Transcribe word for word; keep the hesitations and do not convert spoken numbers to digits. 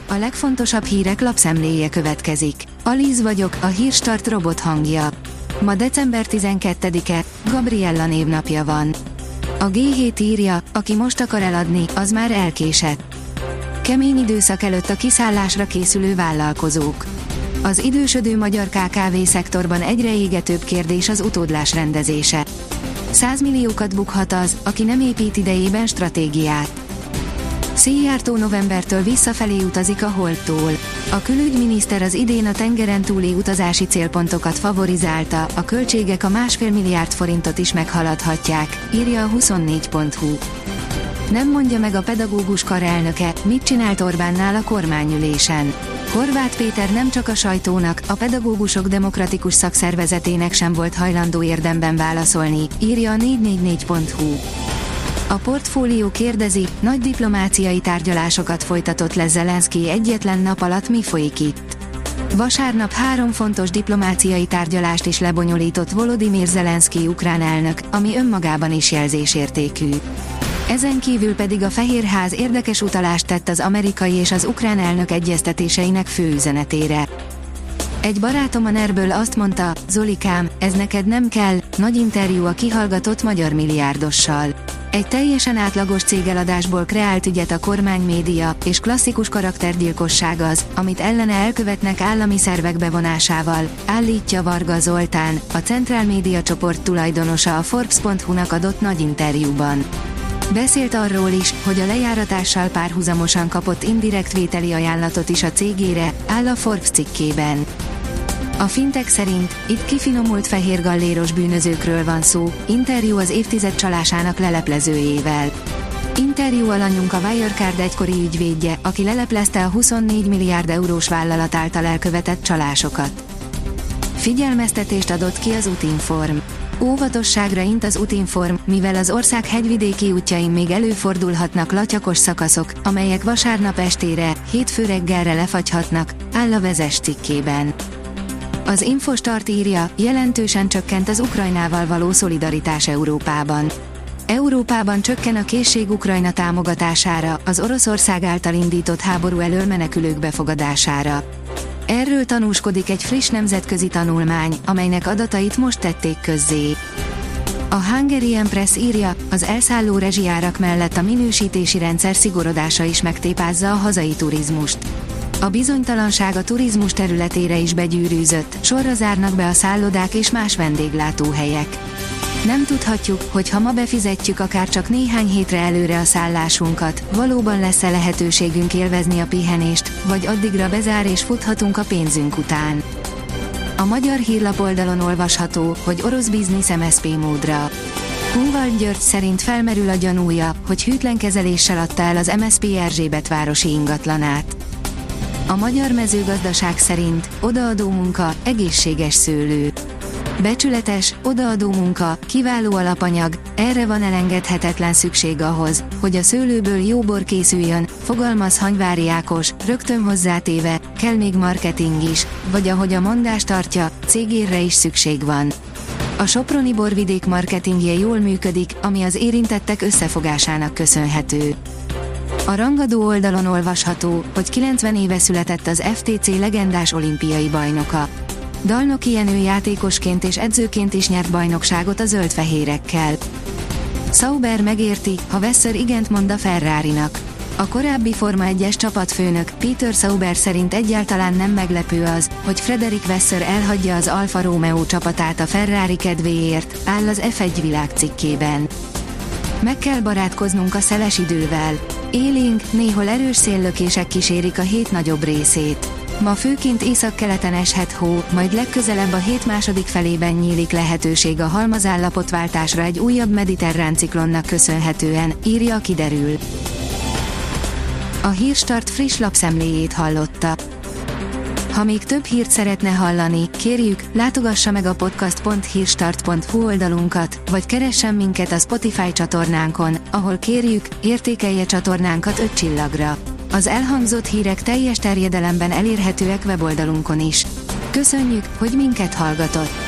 A legfontosabb hírek lapszemléje következik. Alíz vagyok, a Hírstart robot hangja. Ma december tizenkettedike, Gabriella névnapja van. A gé hét írja, aki most akar eladni, az már elkésett. Kemény időszak előtt a kiszállásra készülő vállalkozók. Az idősödő magyar ká ká vé szektorban egyre égetőbb kérdés az utódlás rendezése. Százmilliókat bukhat az, aki nem épít idejében stratégiát. Széjjártó novembertől visszafelé utazik a Holdtól. A külügyminiszter az idén a tengeren túli utazási célpontokat favorizálta, a költségek a másfél milliárd forintot is meghaladhatják, írja a huszonnégy pont hu. Nem mondja meg a pedagógus kar elnöke, mit csinált Orbánnál a kormányülésen. Horváth Péter nem csak a sajtónak, a pedagógusok demokratikus szakszervezetének sem volt hajlandó érdemben válaszolni, írja a négy négy négy pont hu. A Portfólió kérdezi, nagy diplomáciai tárgyalásokat folytatott le Zelenszkij egyetlen nap alatt, mi folyik itt. Vasárnap három fontos diplomáciai tárgyalást is lebonyolított Volodymyr Zelenszkij ukrán elnök, ami önmagában is jelzésértékű. Ezen kívül pedig a Fehérház érdekes utalást tett az amerikai és az ukrán elnök egyeztetéseinek főüzenetére. Egy barátom a nerből azt mondta, Zolikám, ez neked nem kell, nagy interjú a kihallgatott magyar milliárdossal. Egy teljesen átlagos cégeladásból kreált ügyet a kormánymédia, és klasszikus karaktergyilkosság az, amit ellene elkövetnek állami szervek bevonásával, állítja Varga Zoltán, a Centrál Média csoport tulajdonosa a Forbes pont hu-nak adott nagy interjúban. Beszélt arról is, hogy a lejáratással párhuzamosan kapott indirekt vételi ajánlatot is a cégére, áll a Forbes cikkében. A Fintech szerint itt kifinomult fehérgalléros bűnözőkről van szó, interjú az évtized csalásának leleplezőjével. Interjú alanyunk a Wirecard egykori ügyvédje, aki leleplezte a huszonnégy milliárd eurós vállalat által elkövetett csalásokat. Figyelmeztetést adott ki az Utinform. Óvatosságra int az Utinform, mivel az ország hegyvidéki útjain még előfordulhatnak latyakos szakaszok, amelyek vasárnap estére, hétfő reggelre lefagyhatnak, áll a Vezes cikkében. Az Infostart írja, jelentősen csökkent az Ukrajnával való szolidaritás Európában. Európában csökken a készség Ukrajna támogatására, az Oroszország által indított háború elől menekülők befogadására. Erről tanúskodik egy friss nemzetközi tanulmány, amelynek adatait most tették közzé. A Hungarian Press írja, az elszálló rezsijárak mellett a minősítési rendszer szigorodása is megtépázza a hazai turizmust. A bizonytalanság a turizmus területére is begyűrűzött, sorra zárnak be a szállodák és más vendéglátóhelyek. Nem tudhatjuk, hogy ha ma befizetjük akár csak néhány hétre előre a szállásunkat, valóban lesz-e lehetőségünk élvezni a pihenést, vagy addigra bezár és futhatunk a pénzünk után. A Magyar Hírlap oldalon olvasható, hogy orosz biznisz em es zé pé módra. Hunvald György szerint felmerül a gyanúja, hogy hűtlen kezeléssel adta el az em es zé pé Erzsébetvárosi ingatlanát. A Magyar Mezőgazdaság szerint odaadó munka, egészséges szőlő. Becsületes, odaadó munka, kiváló alapanyag, erre van elengedhetetlen szükség ahhoz, hogy a szőlőből jó bor készüljön, fogalmaz Hanyvári Ákos, rögtön hozzátéve, kell még marketing is, vagy ahogy a mondás tartja, cégérre is szükség van. A soproni borvidék marketingje jól működik, ami az érintettek összefogásának köszönhető. A rangadó oldalon olvasható, hogy kilencven éve született az ef té cé legendás olimpiai bajnoka. Dalnoki Jenő játékosként és edzőként is nyert bajnokságot a zöldfehérekkel. Sauber megérti, ha Vasseur igent mond a Ferrarinak. A korábbi Forma egyes csapatfőnök, Peter Sauber szerint egyáltalán nem meglepő az, hogy Frederic Vasseur elhagyja az Alfa Romeo csapatát a Ferrari kedvéért, áll az ef egy világ cikkében. Meg kell barátkoznunk a szeles idővel. Élénk, néhol erős széllökések kísérik a hét nagyobb részét. Ma főként északkeleten eshet hó, majd legközelebb a hét második felében nyílik lehetőség a halmazállapotváltásra egy újabb mediterrán ciklonnak köszönhetően, írja a Kiderül. A Hírstart friss lapszemléjét hallotta. Ha még több hírt szeretne hallani, kérjük, látogassa meg a podcast pont hírstart pont hu oldalunkat, vagy keressen minket a Spotify csatornánkon, ahol kérjük, értékelje csatornánkat öt csillagra. Az elhangzott hírek teljes terjedelemben elérhetőek weboldalunkon is. Köszönjük, hogy minket hallgatott!